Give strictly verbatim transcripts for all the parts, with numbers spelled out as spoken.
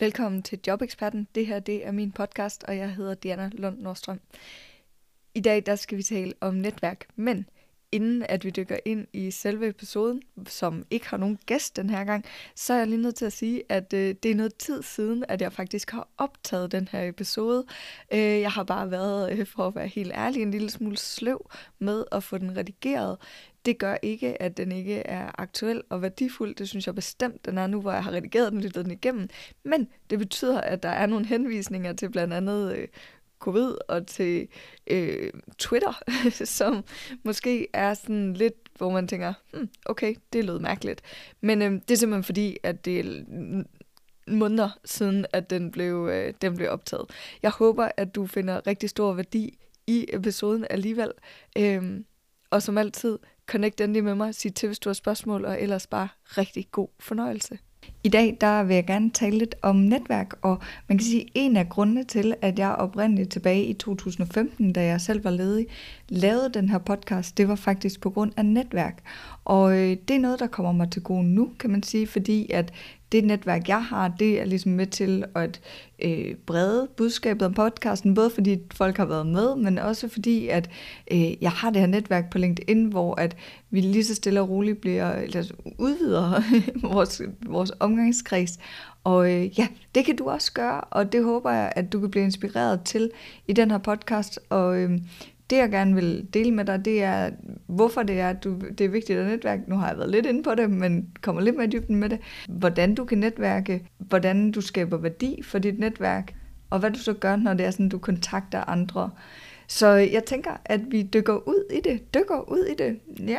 Velkommen til Jobeksperten. Det her det er min podcast, og jeg hedder Diana Lund Nordstrøm. I dag der skal vi tale om netværk, men inden at vi dykker ind i selve episoden, som ikke har nogen gæst den her gang, så er jeg lige nødt til at sige, at øh, det er noget tid siden, at jeg faktisk har optaget den her episode. Øh, jeg har bare været, øh, for at være helt ærlig, en lille smule sløv med at få den redigeret. Det gør ikke, at den ikke er aktuel og værdifuld. Det synes jeg bestemt, den er nu, hvor jeg har redigeret den, lyttet den igennem. Men det betyder, at der er nogle henvisninger til blandt andet øh, covid og til øh, Twitter, som måske er sådan lidt, hvor man tænker, hm, okay, det lød mærkeligt. Men øh, det er simpelthen fordi, at det er måneder siden, at den blev, øh, den blev optaget. Jeg håber, at du finder rigtig stor værdi i episoden alligevel. Øh, og som altid, connect endelig med mig, sig til, hvis du har spørgsmål, og ellers bare rigtig god fornøjelse. I dag der vil jeg gerne tale lidt om netværk, og man kan sige, at en af grundene til, at jeg oprindeligt tilbage i to tusind og femten, da jeg selv var ledig, lavede den her podcast, det var faktisk på grund af netværk. Og øh, det er noget, der kommer mig til gode nu, kan man sige, fordi at det netværk, jeg har, det er ligesom med til at øh, brede budskabet om podcasten, både fordi folk har været med, men også fordi, at øh, jeg har det her netværk på LinkedIn, hvor at vi lige så stille og roligt bliver, eller udvider vores, vores omgangskreds. Og øh, ja, det kan du også gøre, og det håber jeg, at du kan blive inspireret til i den her podcast. Og øh, det jeg gerne vil dele med dig, det er, hvorfor det er, at du, det er vigtigt at netværke. Nu har jeg været lidt inde på det, men kommer lidt mere i dybden med det. Hvordan du kan netværke, hvordan du skaber værdi for dit netværk, og hvad du så gør, når det er sådan, du kontakter andre. Så jeg tænker, at vi dykker ud i det. Dykker ud i det. Ja,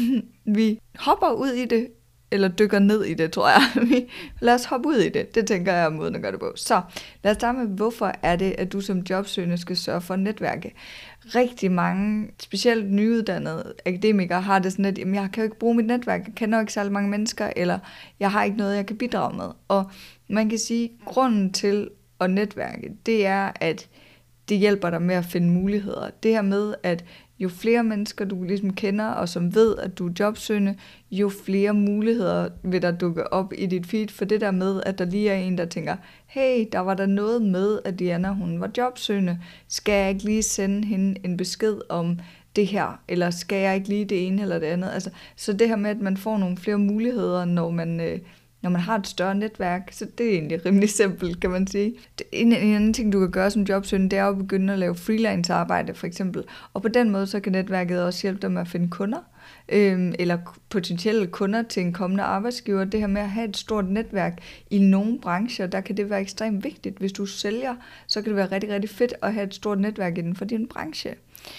vi hopper ud i det. Eller dykker ned i det, tror jeg. Lad os hoppe ud i det. Det tænker jeg er måden at gøre det på. Så lad os starte med, hvorfor er det, at du som jobsøgende skal sørge for at netværke. Rigtig mange, specielt nyuddannede akademikere, har det sådan, at jamen, jeg kan jo ikke bruge mit netværk. Jeg kender jo ikke særlig mange mennesker, eller jeg har ikke noget, jeg kan bidrage med. Og man kan sige, at grunden til at netværke, det er, at det hjælper dig med at finde muligheder. Det her med, at jo flere mennesker du ligesom kender, og som ved, at du er jobsøgende, jo flere muligheder vil der dukke op i dit feed. For det der med, at der lige er en, der tænker, hey, der var der noget med, at Diana, hun var jobsøgende. Skal jeg ikke lige sende hende en besked om det her? Eller skal jeg ikke lige det ene eller det andet? Altså, så det her med, at man får nogle flere muligheder, når man... Øh, Når man har et større netværk, så det er egentlig rimelig simpelt, kan man sige. En, en anden ting, du kan gøre som jobsøgende, det er at begynde at lave freelance-arbejde, for eksempel. Og på den måde, så kan netværket også hjælpe dig med at finde kunder, øhm, eller potentielle kunder til en kommende arbejdsgiver. Det her med at have et stort netværk i nogle brancher, der kan det være ekstremt vigtigt. Hvis du sælger, så kan det være rigtig, rigtig fedt at have et stort netværk inden for din branche.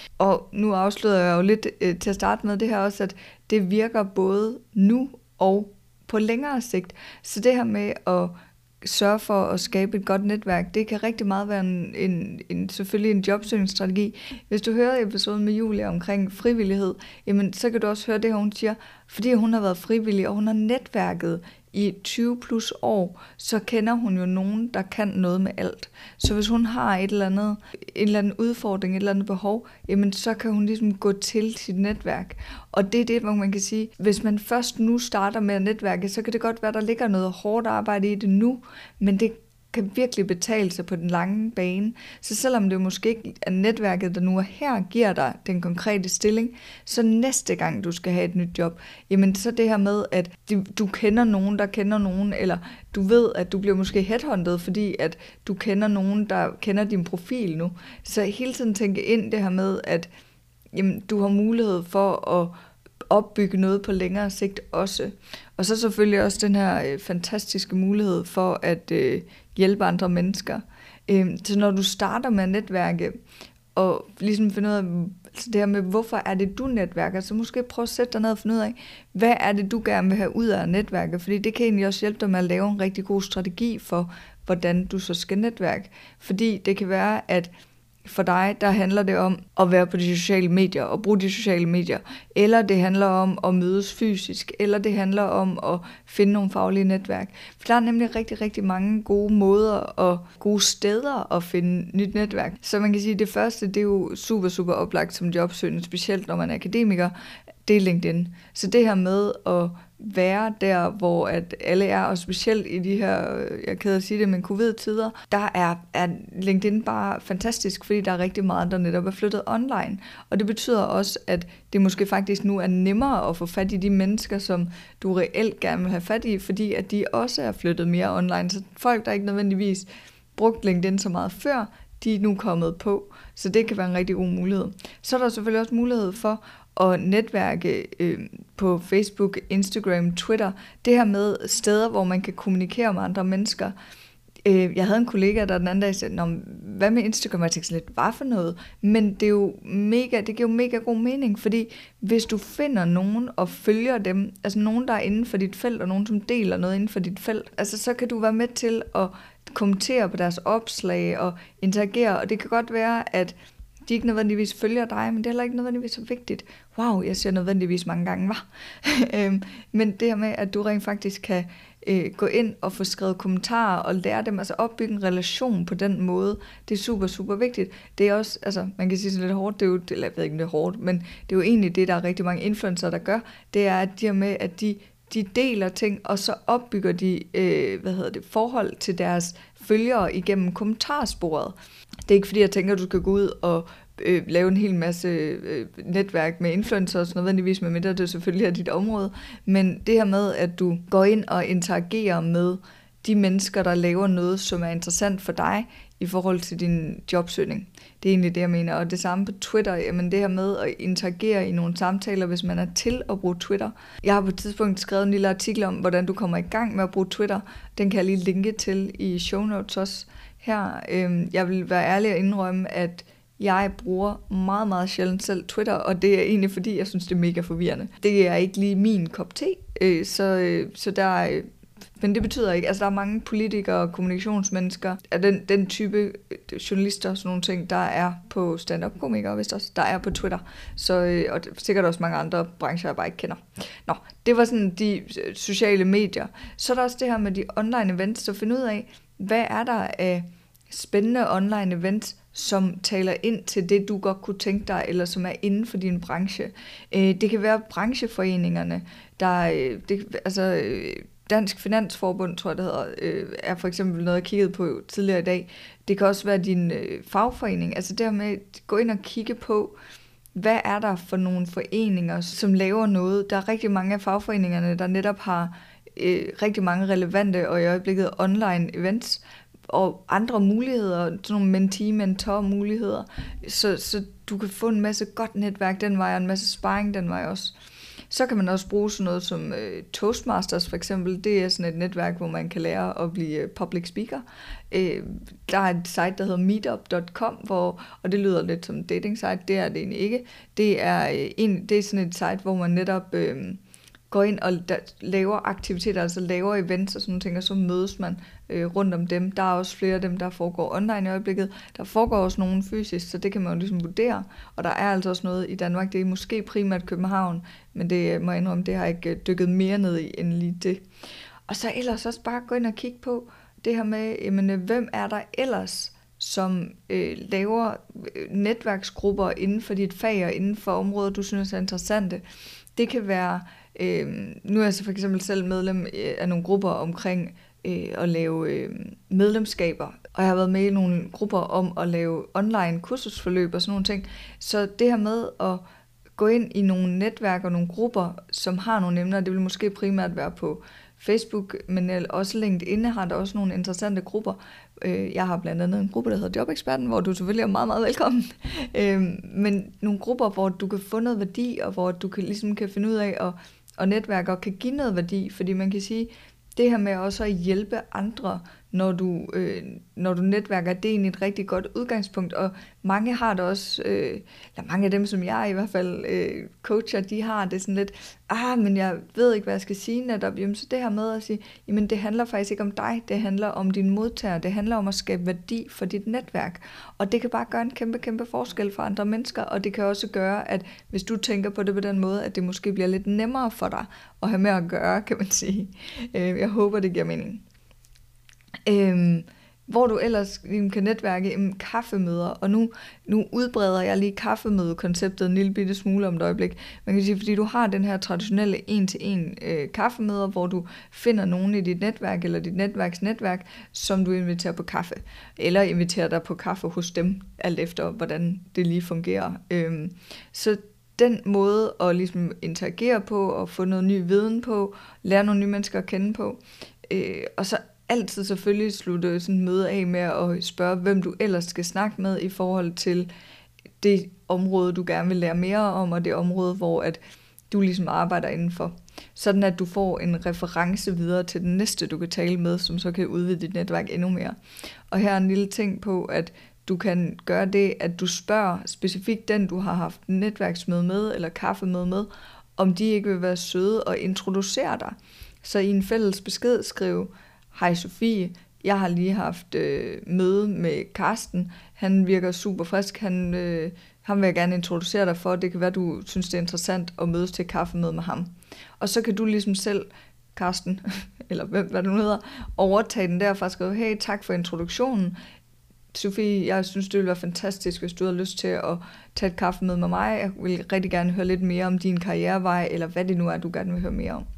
Og nu afslører jeg jo lidt øh, til at starte med det her også, at det virker både nu og på længere sigt. Så det her med at sørge for at skabe et godt netværk, det kan rigtig meget være en, en, en selvfølgelig en jobsøgningsstrategi. Hvis du hører episoden med Julia omkring frivillighed, jamen så kan du også høre det, hun siger, fordi hun har været frivillig, og hun har netværket i tyve plus år, så kender hun jo nogen, der kan noget med alt. Så hvis hun har et eller andet, en eller anden udfordring, et eller andet behov, jamen så kan hun ligesom gå til sit netværk. Og det er det, hvor man kan sige, hvis man først nu starter med at netværke, så kan det godt være, der ligger noget hårdt arbejde i det nu, men det kan virkelig betale sig på den lange bane. Så selvom det måske ikke er netværket, der nu er her, giver dig den konkrete stilling, så næste gang du skal have et nyt job, jamen så det her med, at du kender nogen, der kender nogen, eller du ved, at du bliver måske headhunted, fordi at du kender nogen, der kender din profil nu. Så hele tiden tænke ind det her med, at jamen, du har mulighed for at opbygge noget på længere sigt også. Og så selvfølgelig også den her øh, fantastiske mulighed for at øh, hjælpe andre mennesker. Øh, så når du starter med at netværke, og ligesom finde ud af altså det her med, hvorfor er det du netværker, så måske prøv at sætte dig ned og finde ud af, hvad er det du gerne vil have ud af netværket, fordi det kan egentlig også hjælpe dig med at lave en rigtig god strategi for, hvordan du så skal netværke. Fordi det kan være, at for dig, der handler det om at være på de sociale medier og bruge de sociale medier, eller det handler om at mødes fysisk, eller det handler om at finde nogle faglige netværk. For der er nemlig rigtig, rigtig mange gode måder og gode steder at finde nyt netværk. Så man kan sige, at det første, det er jo super, super oplagt som jobsøgende, specielt når man er akademiker, det er LinkedIn. Så det her med at være der, hvor at alle er, og specielt i de her, jeg er ked af at sige det, men covid-tider, der er, er LinkedIn bare fantastisk, fordi der er rigtig meget, der netop er flyttet online. Og det betyder også, at det måske faktisk nu er nemmere at få fat i de mennesker, som du reelt gerne vil have fat i, fordi at de også er flyttet mere online. Så folk, der ikke nødvendigvis brugt LinkedIn så meget før, de er nu kommet på. Så det kan være en rigtig god mulighed. Så er der selvfølgelig også mulighed for og netværke øh, på Facebook, Instagram, Twitter. Det her med steder, hvor man kan kommunikere med andre mennesker. Øh, jeg havde en kollega, der den anden dag sagde, hvad med Instagram? Jeg tænkte lidt, hvad for noget? Men det, er jo mega, det giver jo mega god mening, fordi hvis du finder nogen og følger dem, altså nogen, der er inden for dit felt, og nogen, som deler noget inden for dit felt, altså så kan du være med til at kommentere på deres opslag og interagere, og det kan godt være, at de ikke nødvendigvis følger dig, men det er heller ikke nødvendigvis så vigtigt. Wow, jeg siger nødvendigvis mange gange, var. Men det her med, at du rent faktisk kan øh, gå ind og få skrevet kommentarer og lære dem, altså opbygge en relation på den måde, det er super, super vigtigt. Det er også, altså man kan sige sådan lidt hårdt, det er jo, det, jeg ved ikke, det er hårdt, men det er jo egentlig det, der er rigtig mange influencer, der gør, det er, at de er med, at de de deler ting, og så opbygger de øh, hvad hedder det, forhold til deres følgere igennem kommentarsporet. Det er ikke fordi, jeg tænker, at du skal gå ud og øh, lave en hel masse øh, netværk med influencers, nødvendigvis med middag, det er selvfølgelig er dit område, men det her med, at du går ind og interagerer med de mennesker, der laver noget, som er interessant for dig i forhold til din jobsøgning. Det er egentlig det, jeg mener. Og det samme på Twitter, jamen det her med at interagere i nogle samtaler, hvis man er til at bruge Twitter. Jeg har på et tidspunkt skrevet en lille artikel om, hvordan du kommer i gang med at bruge Twitter. Den kan jeg lige linke til i show notes også her. Jeg vil være ærlig og indrømme, at jeg bruger meget, meget sjældent selv Twitter, og det er egentlig fordi, jeg synes, det er mega forvirrende. Det er ikke lige min kop te, så, så der men det betyder ikke, altså der er mange politikere og kommunikationsmennesker af den, den type journalister og sådan nogle ting, der er på stand-up-komikere, vist også, der er på Twitter. Så, og sikkert også mange andre brancher, jeg bare ikke kender. Nå, det var sådan de sociale medier. Så er der også det her med de online events, så find ud af, hvad er der af spændende online events, som taler ind til det, du godt kunne tænke dig, eller som er inden for din branche. Det kan være brancheforeningerne, der det, altså Dansk Finansforbund, tror jeg det hedder, øh, er for eksempel noget, jeg kiggede på tidligere i dag. Det kan også være din øh, fagforening. Altså det her med at gå ind og kigge på, hvad er der for nogle foreninger, som laver noget. Der er rigtig mange af fagforeningerne, der netop har øh, rigtig mange relevante og i øjeblikket online events og andre muligheder, sådan nogle mentee-mentor-muligheder, så, så du kan få en masse godt netværk den vej, og en masse sparring den vej også. Så kan man også bruge sådan noget som øh, Toastmasters for eksempel. Det er sådan et netværk, hvor man kan lære at blive public speaker. Øh, der er et site, der hedder meetup punktum com, hvor, og det lyder lidt som en dating site, det er det egentlig ikke. Det er, øh, en, det er sådan et site, hvor man netop øh, går ind og laver aktiviteter, altså laver events og sådan nogle ting, og så mødes man øh, rundt om dem. Der er også flere af dem, der foregår online i øjeblikket. Der foregår også nogen fysisk, så det kan man jo ligesom vurdere. Og der er altså også noget i Danmark, det er måske primært København, men det må jeg indrømme, det har jeg ikke dykket mere ned i end lige det. Og så ellers også bare gå ind og kigge på det her med, jamen, hvem er der ellers, som øh, laver netværksgrupper inden for dit fag og inden for områder, du synes er interessante. Det kan være, øh, nu er jeg så for eksempel selv medlem af nogle grupper omkring øh, at lave øh, medlemskaber, og jeg har været med i nogle grupper om at lave online kursusforløb og sådan nogle ting. Så det her med at gå ind i nogle netværk og nogle grupper, som har nogle emner, det vil måske primært være på Facebook, men også LinkedIn har der også nogle interessante grupper. Jeg har blandt andet en gruppe, der hedder Jobeksperten, hvor du selvfølgelig er meget, meget velkommen. Men nogle grupper, hvor du kan få noget værdi, og hvor du kan, ligesom kan finde ud af at, at netværke og kan give noget værdi, fordi man kan sige, det her med også at hjælpe andre, når du, øh, når du netværker, det er egentlig et rigtig godt udgangspunkt, og mange har det også, øh, eller mange af dem, som jeg i hvert fald øh, coacher, de har det sådan lidt, ah, men jeg ved ikke, hvad jeg skal sige netop, jamen så det her med at sige, jamen det handler faktisk ikke om dig, det handler om din modtager, det handler om at skabe værdi for dit netværk, og det kan bare gøre en kæmpe, kæmpe forskel for andre mennesker, og det kan også gøre, at hvis du tænker på det på den måde, at det måske bliver lidt nemmere for dig at have med at gøre, kan man sige. Jeg håber, det giver mening. Øhm, Hvor du ellers kan netværke i kaffemøder, og nu, nu udbreder jeg lige kaffemødekonceptet en lille bitte smule om et øjeblik. Man kan sige, fordi du har den her traditionelle en-til-en øh, kaffemøder, hvor du finder nogen i dit netværk, eller dit netværksnetværk, som du inviterer på kaffe, eller inviterer dig på kaffe hos dem, alt efter hvordan det lige fungerer. Øhm, så den måde at ligesom interagere på, og få noget ny viden på, lære nogle nye mennesker at kende på, øh, og så altid selvfølgelig slutte sådan et møde af med at spørge, hvem du ellers skal snakke med i forhold til det område, du gerne vil lære mere om, og det område, hvor at du ligesom arbejder indenfor. Sådan at du får en reference videre til den næste, du kan tale med, som så kan udvide dit netværk endnu mere. Og her er en lille ting på, at du kan gøre det, at du spørger specifikt den, du har haft netværksmøde med, eller kaffemøde med, om de ikke vil være søde og introducere dig. Så i en fælles besked skrive, hej Sofie, jeg har lige haft øh, møde med Karsten. Han virker super frisk. Han, øh, ham vil jeg gerne introducere dig for. Det kan være, du synes, det er interessant at mødes til kaffemøde med ham. Og så kan du ligesom selv, Karsten, eller hvem, hvad du nu hedder, overtage den derfra og skrive, hey, tak for introduktionen. Sofie, jeg synes, det ville være fantastisk, hvis du havde lyst til at tage et kaffemøde med mig. Jeg vil rigtig gerne høre lidt mere om din karrierevej, eller hvad det nu er, du gerne vil høre mere om.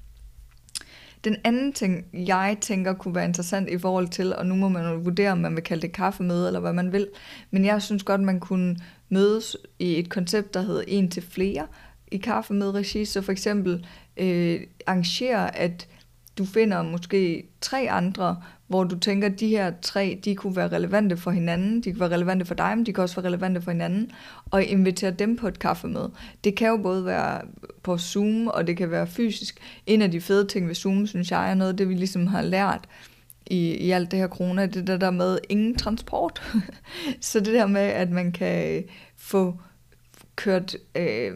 Den anden ting, jeg tænker kunne være interessant i forhold til, og nu må man jo vurdere, om man vil kalde det kaffemøde, eller hvad man vil, men jeg synes godt, man kunne mødes i et koncept, der hedder en til flere i kaffemøderegi, så for eksempel øh, arrangere, at du finder måske tre andre, hvor du tænker, at de her tre, de kunne være relevante for hinanden, de kunne være relevante for dig, men de kan også være relevante for hinanden, og invitere dem på et kaffemøde. Det kan jo både være på Zoom, og det kan være fysisk. En af de fede ting ved Zoom, synes jeg, er noget, det vi ligesom har lært i, i alt det her corona, det der der med ingen transport. Så det der med, at man kan få kørt... Øh,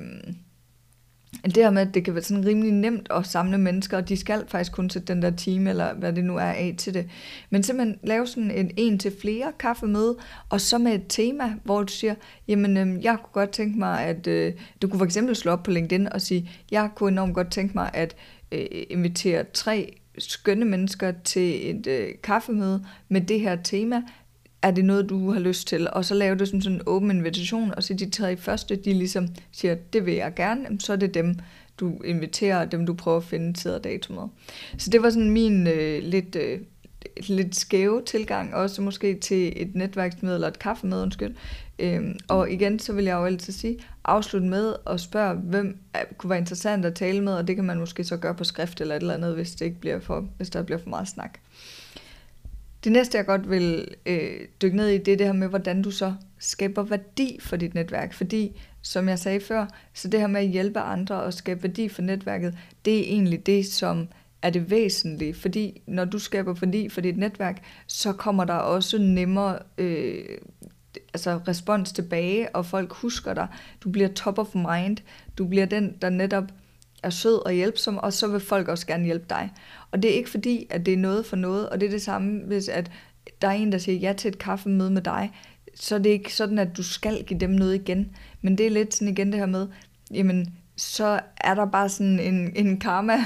Det her med, at det kan være sådan rimelig nemt at samle mennesker, og de skal faktisk kun sætte den der time, eller hvad det nu er af til det. Men simpelthen lave sådan en en til flere kaffemøde, og så med et tema, hvor du siger, jamen øh, jeg kunne godt tænke mig, at øh, du kunne for eksempel slå op på LinkedIn og sige, jeg kunne enormt godt tænke mig at øh, invitere tre skønne mennesker til et øh, kaffemøde med det her tema. Er det noget, du har lyst til? Og så lave det som sådan en åben invitation, og så de tre første, de ligesom siger, det vil jeg gerne, så er det dem, du inviterer, dem du prøver at finde tid og dato med. Så det var sådan min øh, lidt, øh, lidt skæve tilgang, også måske til et netværksmøde, eller et kaffemøde, undskyld. Øhm, og igen, så vil jeg jo altid sige, afslut med at spørge, hvem er, kunne være interessant at tale med, og det kan man måske så gøre på skrift eller et eller andet, hvis, det ikke bliver for, hvis der bliver for meget snak. Det næste, jeg godt vil øh, dykke ned i, det er det her med, hvordan du så skaber værdi for dit netværk. Fordi, som jeg sagde før, så det her med at hjælpe andre og skabe værdi for netværket, det er egentlig det, som er det væsentlige. Fordi når du skaber værdi for dit netværk, så kommer der også nemmere øh, altså respons tilbage, og folk husker dig. Du bliver top of mind. Du bliver den, der netop er sød og hjælpsom, og så vil folk også gerne hjælpe dig. Og det er ikke fordi, at det er noget for noget, og det er det samme, hvis at der er en, der siger ja til et kaffemøde med dig, så er det ikke sådan, at du skal give dem noget igen. Men det er lidt sådan igen det her med, jamen, så er der bare sådan en, en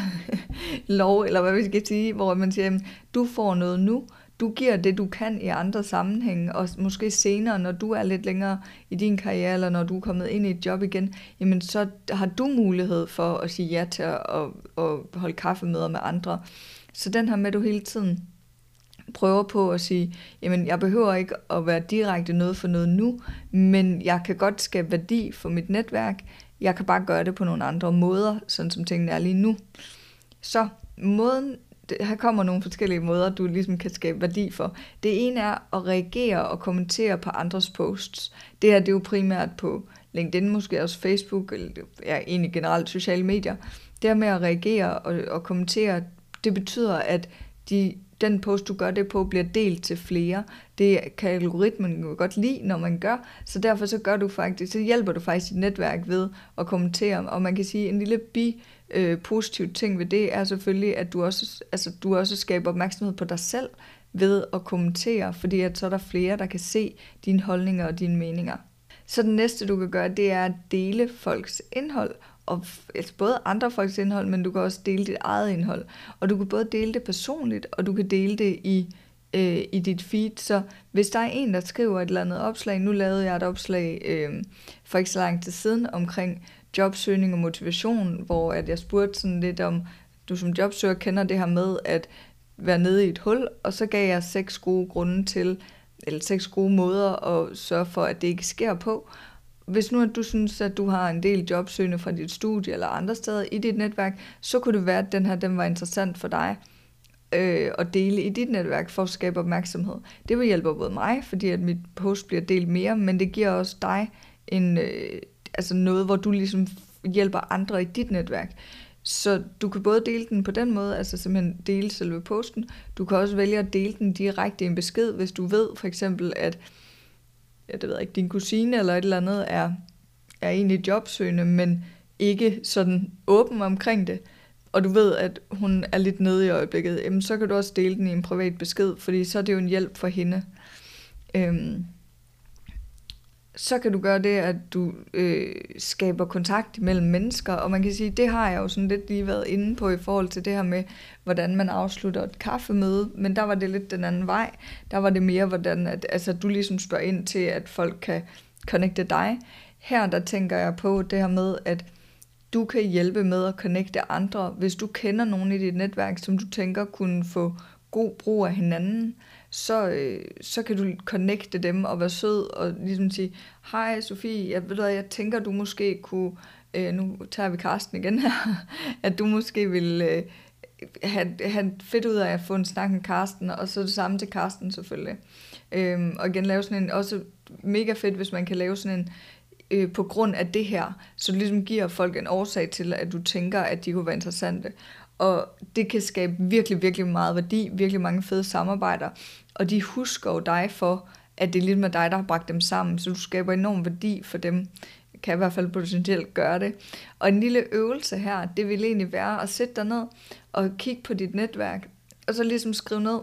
karma-lov, eller hvad vi skal sige, hvor man siger, jamen, du får noget nu, du giver det, du kan i andre sammenhænge, og måske senere, når du er lidt længere i din karriere, eller når du er kommet ind i et job igen, jamen så har du mulighed for at sige ja til at, at, at holde kaffemøder med andre. Så den her med, at du hele tiden prøver på at sige, jamen jeg behøver ikke at være direkte noget for noget nu, men jeg kan godt skabe værdi for mit netværk, jeg kan bare gøre det på nogle andre måder, sådan som tingene er lige nu. Så måden, her kommer nogle forskellige måder, du ligesom kan skabe værdi for. Det ene er at reagere og kommentere på andres posts. Det her det er jo primært på LinkedIn, måske også Facebook, eller ja, egentlig generelt sociale medier. Det her med at reagere og, og kommentere, det betyder, at de, den post, du gør det på, bliver delt til flere. Det kan algoritmen jo godt lide, når man gør, så derfor så gør du faktisk, så hjælper du faktisk dit netværk ved at kommentere, og man kan sige, en lille bi øh, positiv ting ved det er selvfølgelig, at du også, altså, du også skaber opmærksomhed på dig selv ved at kommentere, fordi at så er der flere, der kan se dine holdninger og dine meninger. Så det næste, du kan gøre, det er at dele folks indhold, og altså både andre folks indhold, men du kan også dele dit eget indhold. Og du kan både dele det personligt, og du kan dele det i øh, i dit feed. Så hvis der er en, der skriver et eller andet opslag, nu lavede jeg et opslag øh, for ikke så lang tid siden omkring jobsøgning og motivation, hvor at jeg spurgte sådan lidt om, du som jobsøger kender det her med at være nede i et hul, og så gav jeg seks gode grunde til, eller seks gode måder at sørge for, at det ikke sker på. Hvis nu at du synes, at du har en del jobsøgende fra dit studie eller andre steder i dit netværk, så kunne det være, at den her den var interessant for dig øh, at dele i dit netværk for at skabe opmærksomhed. Det vil hjælpe både mig, fordi at mit post bliver delt mere, men det giver også dig en, øh, altså noget, hvor du ligesom hjælper andre i dit netværk. Så du kan både dele den på den måde, altså simpelthen dele selve posten. Du kan også vælge at dele den direkte i en besked, hvis du ved for eksempel, at ja, det ved jeg ikke, din kusine eller et eller andet er, er egentlig jobsøgende, men ikke sådan åben omkring det, og du ved, at hun er lidt nede i øjeblikket, jamen, så kan du også dele den i en privat besked, fordi så er det jo en hjælp for hende. Øhm, så kan du gøre det, at du øh, skaber kontakt mellem mennesker, og man kan sige, det har jeg jo sådan lidt lige været inde på i forhold til det her med, hvordan man afslutter et kaffemøde, men der var det lidt den anden vej. Der var det mere, hvordan at, altså, du ligesom spørger ind til, at folk kan connecte dig. Her der tænker jeg på det her med, at du kan hjælpe med at connecte andre, hvis du kender nogen i dit netværk, som du tænker kunne få god brug af hinanden, så, øh, så kan du connecte dem og være sød og ligesom sige, hej Sofie, jeg ved, jeg tænker, du måske kunne, øh, nu tager vi Karsten igen her, at du måske vil øh, have, have fedt ud af at få en snak med Karsten, og så det samme til Karsten selvfølgelig. Øh, og igen lave sådan en, også mega fedt, hvis man kan lave sådan en, øh, på grund af det her, så du ligesom giver folk en årsag til, at du tænker, at de kunne være interessante. Og det kan skabe virkelig, virkelig meget værdi, virkelig mange fede samarbejder, og de husker jo dig for, at det er lidt med dig, der har bragt dem sammen, så du skaber enorm værdi for dem, kan i hvert fald potentielt gøre det. Og en lille øvelse her, det vil egentlig være at sætte dig ned og kigge på dit netværk, og så ligesom skrive ned,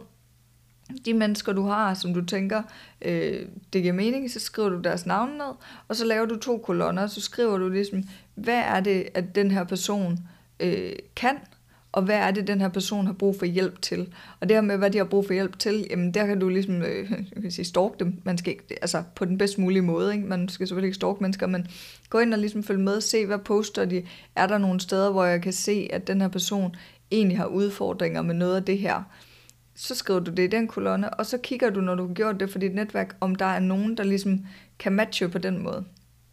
de mennesker du har, som du tænker, øh, det giver mening, så skriver du deres navn ned, og så laver du to kolonner, så skriver du ligesom, hvad er det, at den her person øh, kan, og hvad er det, den her person har brug for hjælp til. Og det her med, hvad de har brug for hjælp til, jamen der kan du ligesom, øh, jeg kan sige, stalk dem. Man skal ikke, altså på den bedst mulige måde, ikke? Man skal selvfølgelig ikke stalk mennesker, men gå ind og ligesom følge med, se hvad poster de. Er der nogle steder, hvor jeg kan se, at den her person egentlig har udfordringer med noget af det her. Så skriver du det i den kolonne, og så kigger du, når du har gjort det for dit netværk, om der er nogen, der ligesom kan matche på den måde.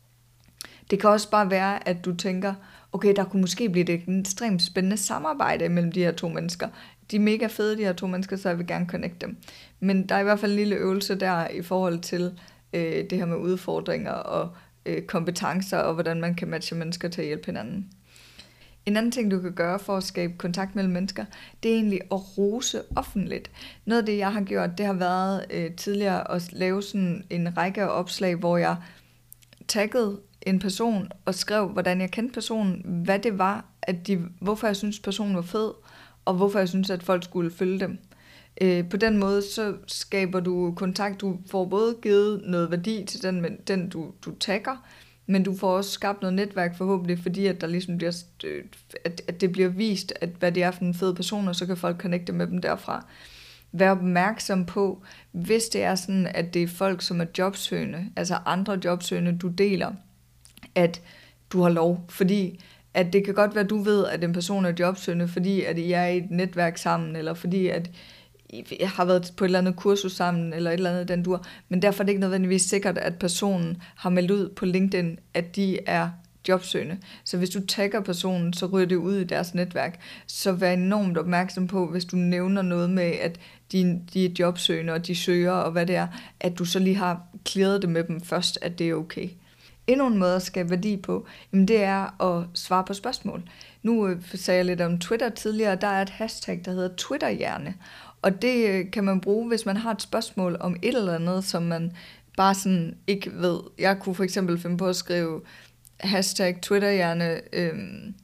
Det kan også bare være, at du tænker, okay, der kunne måske blive et ekstremt spændende samarbejde mellem de her to mennesker. De er mega fede, de her to mennesker, så jeg vil gerne connecte dem. Men der er i hvert fald en lille øvelse der i forhold til øh, det her med udfordringer og øh, kompetencer, og hvordan man kan matche mennesker til at hjælpe hinanden. En anden ting, du kan gøre for at skabe kontakt mellem mennesker, det er egentlig at rose offentligt. Noget af det, jeg har gjort, det har været øh, tidligere at lave sådan en række af opslag, hvor jeg taggede en person og skrev, hvordan jeg kendte personen, hvad det var, at de, hvorfor jeg synes personen var fed, og hvorfor jeg synes, at folk skulle følge dem. Øh, på den måde, så skaber du kontakt, du får både givet noget værdi til den, den du, du tagger, men du får også skabt noget netværk forhåbentlig, fordi at der ligesom bliver, at, at det bliver vist, at hvad det er for en fed person, og så kan folk connecte med dem derfra. Vær opmærksom på, hvis det er sådan, at det er folk, som er jobsøgende, altså andre jobsøgende, du deler, at du har lov, fordi at det kan godt være, at du ved, at en person er jobsøgende, fordi at I er i et netværk sammen, eller fordi at I har været på et eller andet kursus sammen, eller et eller andet, den dur, men derfor er det ikke nødvendigvis sikkert, at personen har meldt ud på LinkedIn, at de er jobsøgende. Så hvis du tagger personen, så ryger det ud i deres netværk. Så vær enormt opmærksom på, hvis du nævner noget med, at de, de er jobsøgende, og de søger, og hvad det er, at du så lige har clearet det med dem først, at det er okay. Endnu en måde at skabe værdi på, jamen det er at svare på spørgsmål. Nu øh, sagde jeg lidt om Twitter tidligere, der er et hashtag, der hedder Twitterhjerne. Og det øh, kan man bruge, hvis man har et spørgsmål om et eller andet, som man bare sådan ikke ved. Jeg kunne for eksempel finde på at skrive hashtag Twitterhjerne, øh,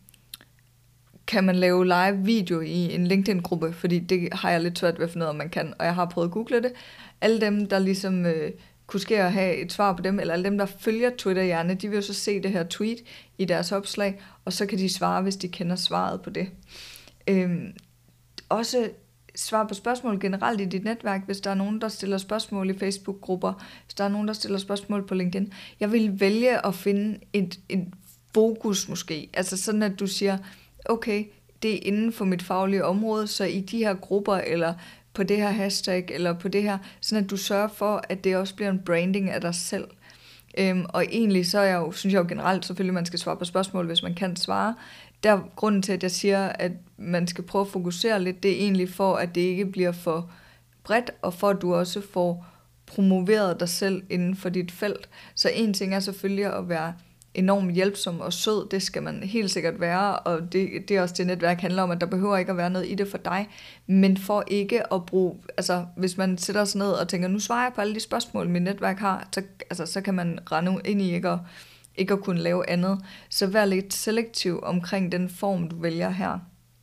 kan man lave live video i en LinkedIn-gruppe, fordi det har jeg lidt svært ved at finde ud af, om man kan, og jeg har prøvet at google det. Alle dem, der ligesom øh, kunne ske at have et svar på dem, eller alle dem, der følger Twitterhjerne, de vil jo så se det her tweet i deres opslag, og så kan de svare, hvis de kender svaret på det. Øh, også svar på spørgsmål generelt i dit netværk, hvis der er nogen, der stiller spørgsmål i Facebook-grupper, hvis der er nogen, der stiller spørgsmål på LinkedIn. Jeg vil vælge at finde et, et fokus måske, altså sådan at du siger, okay, det er inden for mit faglige område, så i de her grupper, eller på det her hashtag, eller på det her, sådan at du sørger for, at det også bliver en branding af dig selv. Øhm, og egentlig så er jeg jo, synes jeg jo generelt, selvfølgelig man skal svare på spørgsmål, hvis man kan svare. Der grunden til, at jeg siger, at man skal prøve at fokusere lidt, det er egentlig for, at det ikke bliver for bredt, og for at du også får promoveret dig selv inden for dit felt. Så en ting er selvfølgelig at være enormt hjælpsom og sød, det skal man helt sikkert være, og det, det er også det netværk handler om, at der behøver ikke at være noget i det for dig, men for ikke at bruge, altså hvis man sætter sig ned og tænker, nu svarer jeg på alle de spørgsmål, mit netværk har, så, altså, så kan man rende ind i ikke at, ikke at kunne lave andet. Så vær lidt selektiv omkring den form, du vælger her.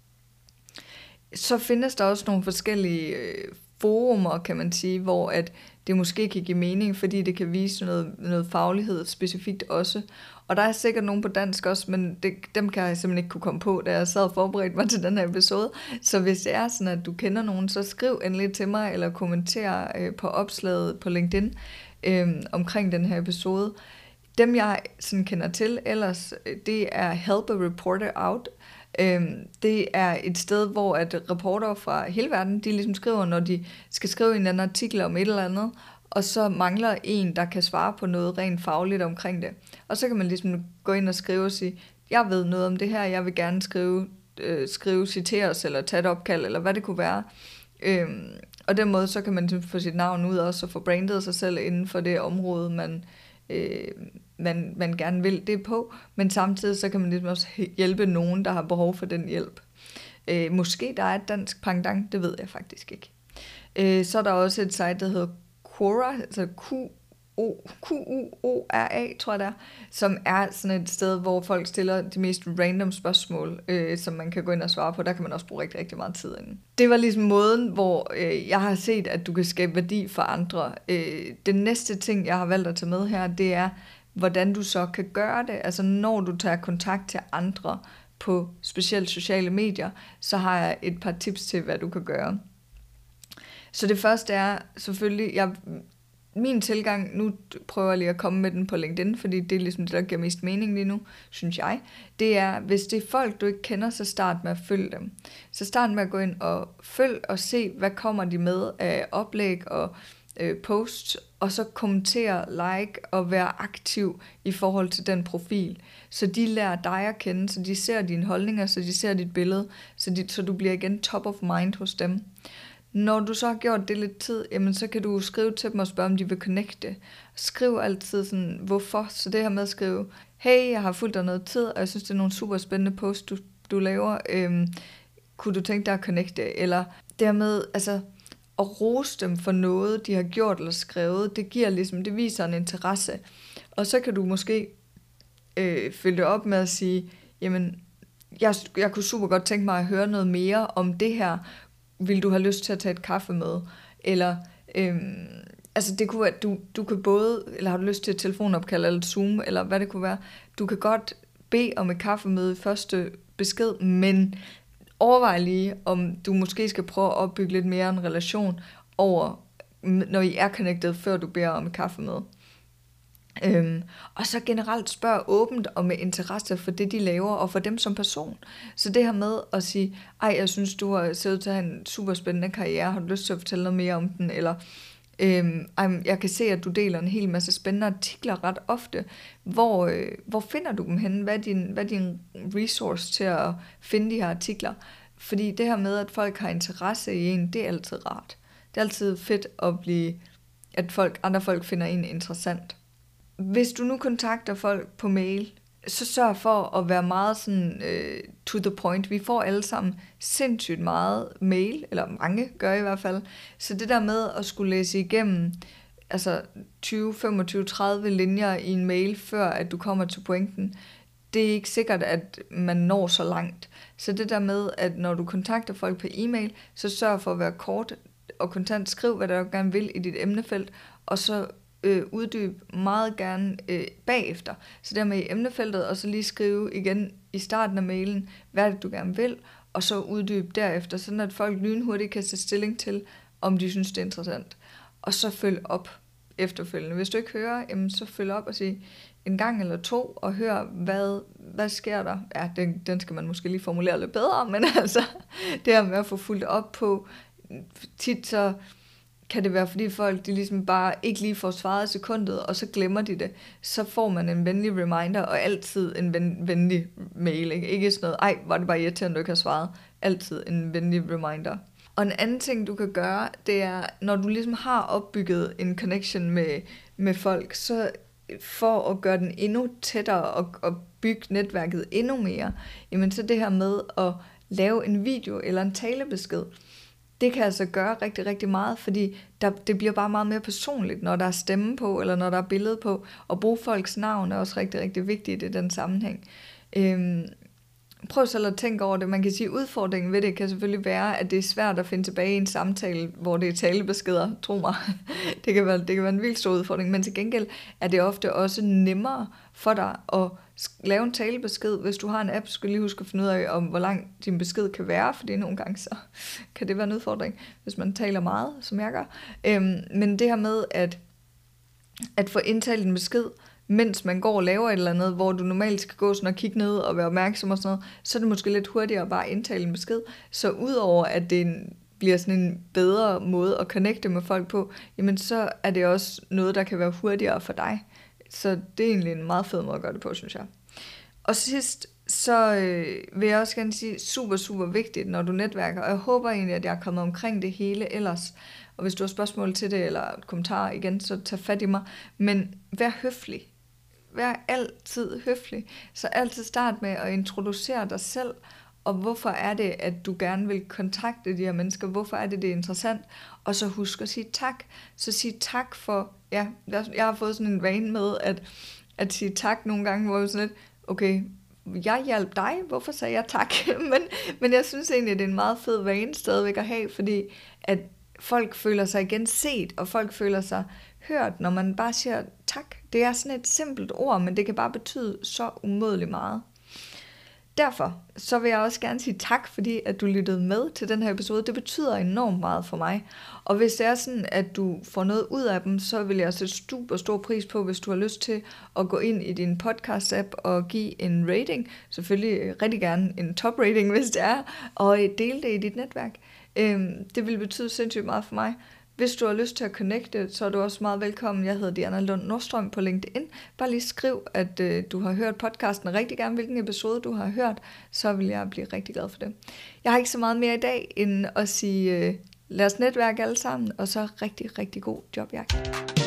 Så findes der også nogle forskellige øh, forumer, kan man sige, hvor at det måske kan give mening, fordi det kan vise noget, noget faglighed specifikt også. Og der er sikkert nogen på dansk også, men det, dem kan jeg simpelthen ikke kunne komme på, da jeg sad og forberedte mig til den her episode. Så hvis det er sådan, at du kender nogen, så skriv endelig til mig, eller kommenter øh, på opslaget på LinkedIn øh, omkring den her episode. Dem jeg sådan kender til ellers, det er Help a Reporter Out. Øhm, det er et sted, hvor at reportere fra hele verden, de ligesom skriver, når de skal skrive en eller anden artikel om et eller andet, og så mangler en, der kan svare på noget rent fagligt omkring det. Og så kan man ligesom gå ind og skrive og sige, jeg ved noget om det her, jeg vil gerne skrive, øh, skrive citeres, eller tage et opkald, eller hvad det kunne være. Øhm, og den måde, så kan man få sit navn ud også, og få brandet sig selv inden for det område, man Øh, man, man gerne vil det på, men samtidig så kan man ligesom også hjælpe nogen, der har behov for den hjælp. Øh, måske der er et dansk pendant, det ved jeg faktisk ikke. Øh, så er der også et site, der hedder Quora, altså Q U O R A, tror jeg det er, som er sådan et sted, hvor folk stiller de mest random spørgsmål, øh, som man kan gå ind og svare på. Der kan man også bruge rigtig, rigtig meget tid inden. Det var ligesom måden, hvor øh, jeg har set, at du kan skabe værdi for andre. Øh, den næste ting, jeg har valgt at tage med her, det er, hvordan du så kan gøre det. Altså når du tager kontakt til andre på specielt sociale medier, så har jeg et par tips til, hvad du kan gøre. Så det første er selvfølgelig, jeg min tilgang, nu prøver jeg lige at komme med den på LinkedIn, fordi det er ligesom det, der giver mest mening lige nu, synes jeg, det er, hvis det er folk, du ikke kender, så start med at følge dem. Så start med at gå ind og følg og se, hvad kommer de med af oplæg og øh, posts, og så kommentere, like og være aktiv i forhold til den profil. Så de lærer dig at kende, så de ser dine holdninger, så de ser dit billede, så, de, så du bliver igen top of mind hos dem. Når du så har gjort det lidt tid, jamen så kan du skrive til dem og spørge, om de vil connecte. Skriv altid sådan, hvorfor. Så det her med at skrive, hey, jeg har fulgt dig noget tid, og jeg synes, det er nogle super spændende posts, du, du laver. Øhm, kunne du tænke dig at connecte? Eller dermed, altså, at rose dem for noget, de har gjort eller skrevet, det giver ligesom, det viser en interesse. Og så kan du måske øh, følge det op med at sige, jamen, jeg, jeg kunne super godt tænke mig at høre noget mere om det her. Vil du have lyst til at tage et kaffe med? Eller, øhm, altså det kunne være, du, du kan både, eller har du lyst til et telefonopkald eller et Zoom, eller hvad det kunne være. Du kan godt bede om et kaffemøde i første besked, men overvej lige, om du måske skal prøve at opbygge lidt mere en relation over, når I er connected, før du beder om et kaffemøde. Øhm, og så generelt spørg åbent og med interesse for det, de laver, og for dem som person. Så det her med at sige, ej, jeg synes, du har set ud til at have en super spændende karriere, har du lyst til at fortælle noget mere om den, eller øhm, ej, jeg kan se, at du deler en hel masse spændende artikler ret ofte. Hvor, øh, hvor finder du dem henne? Hvad er, din, hvad er din resource til at finde de her artikler? Fordi det her med, at folk har interesse i en, det er altid rart. Det er altid fedt at blive, at folk, andre folk finder en interessant. Hvis du nu kontakter folk på mail, så sørg for at være meget sådan øh, to the point. Vi får alle sammen sindssygt meget mail, eller mange gør i hvert fald. Så det der med at skulle læse igennem altså tyve, femogtyve, tredive linjer i en mail, før at du kommer til pointen, det er ikke sikkert, at man når så langt. Så det der med, at når du kontakter folk på e-mail, så sørg for at være kort og kontant. Skriv, hvad du gerne vil i dit emnefelt, og så Øh, uddyb meget gerne øh, bagefter. Så der med i emnefeltet, og så lige skrive igen i starten af mailen, hvad er det, du gerne vil, og så uddybe derefter, sådan at folk lynhurtigt kan tage stilling til, om de synes, det er interessant. Og så følg op efterfølgende. Hvis du ikke hører, jamen, så følg op og sige en gang eller to, og hør, hvad, hvad sker der? Ja, den, den skal man måske lige formulere lidt bedre, men altså, det her med at få fulgt op på, tit så kan det være, fordi folk de ligesom bare ikke lige får svaret i sekundet, og så glemmer de det. Så får man en venlig reminder, og altid en ven, venlig mail. Ikke? ikke sådan noget, ej, var det bare irriterende, du ikke har svaret. Altid en venlig reminder. Og en anden ting, du kan gøre, det er, når du ligesom har opbygget en connection med, med folk, så for at gøre den endnu tættere og, og bygge netværket endnu mere, jamen så det her med at lave en video eller en talebesked, det kan altså gøre rigtig, rigtig meget, fordi der, det bliver bare meget mere personligt, når der er stemme på, eller når der er billede på, og bruge folks navn er også rigtig, rigtig vigtigt i den sammenhæng. Øhm, prøv selv at tænke over det. Man kan sige, at udfordringen ved det kan selvfølgelig være, at det er svært at finde tilbage i en samtale, hvor det er talebeskeder, tro mig. det, kan være, det kan være en vildt stor udfordring, men til gengæld er det ofte også nemmere for dig at lave en talebesked, hvis du har en app, skal lige huske at finde ud af, om hvor lang din besked kan være, fordi nogle gange så kan det være en udfordring, hvis man taler meget, som jeg gør. Øhm, men det her med at, at få indtalt en besked, mens man går og laver et eller andet, hvor du normalt skal gå sådan og kigge ned og være opmærksom og sådan noget, så er det måske lidt hurtigere at bare indtale en besked. Så udover at det en, bliver sådan en bedre måde at connecte med folk på, jamen så er det også noget, der kan være hurtigere for dig. Så det er egentlig en meget fed måde at gøre det på, synes jeg. Og sidst, så øh, vil jeg også gerne sige, super, super vigtigt, når du netværker, og jeg håber egentlig, at jeg er kommet omkring det hele ellers. Og hvis du har spørgsmål til det, eller kommentarer igen, så tag fat i mig. Men vær høflig. Vær altid høflig. Så altid start med at introducere dig selv, og hvorfor er det, at du gerne vil kontakte de her mennesker? Hvorfor er det, det er interessant? Og så husk at sige tak. Så sig tak for, ja, jeg har fået sådan en vane med, at, at sige tak nogle gange, hvor jeg sådan lidt, okay, jeg hjalp dig, hvorfor sagde jeg tak? men, men jeg synes egentlig, at det er en meget fed vane stadigvæk at have, fordi at folk føler sig igen set, og folk føler sig hørt, når man bare siger tak. Det er sådan et simpelt ord, men det kan bare betyde så umådeligt meget. Derfor så vil jeg også gerne sige tak, fordi at du lyttede med til den her episode. Det betyder enormt meget for mig. Og hvis det er sådan, at du får noget ud af dem, så vil jeg sætte super stor pris på, hvis du har lyst til at gå ind i din podcast-app og give en rating. Selvfølgelig rigtig gerne en top-rating, hvis det er, og dele det i dit netværk. Det vil betyde sindssygt meget for mig. Hvis du har lyst til at connecte, så er du også meget velkommen. Jeg hedder Diana Lund Nordstrøm på LinkedIn. Bare lige skriv, at øh, du har hørt podcasten, og rigtig gerne hvilken episode du har hørt, så vil jeg blive rigtig glad for det. Jeg har ikke så meget mere i dag, end at sige, øh, lad os netværke alle sammen, og så rigtig, rigtig god jobjagt.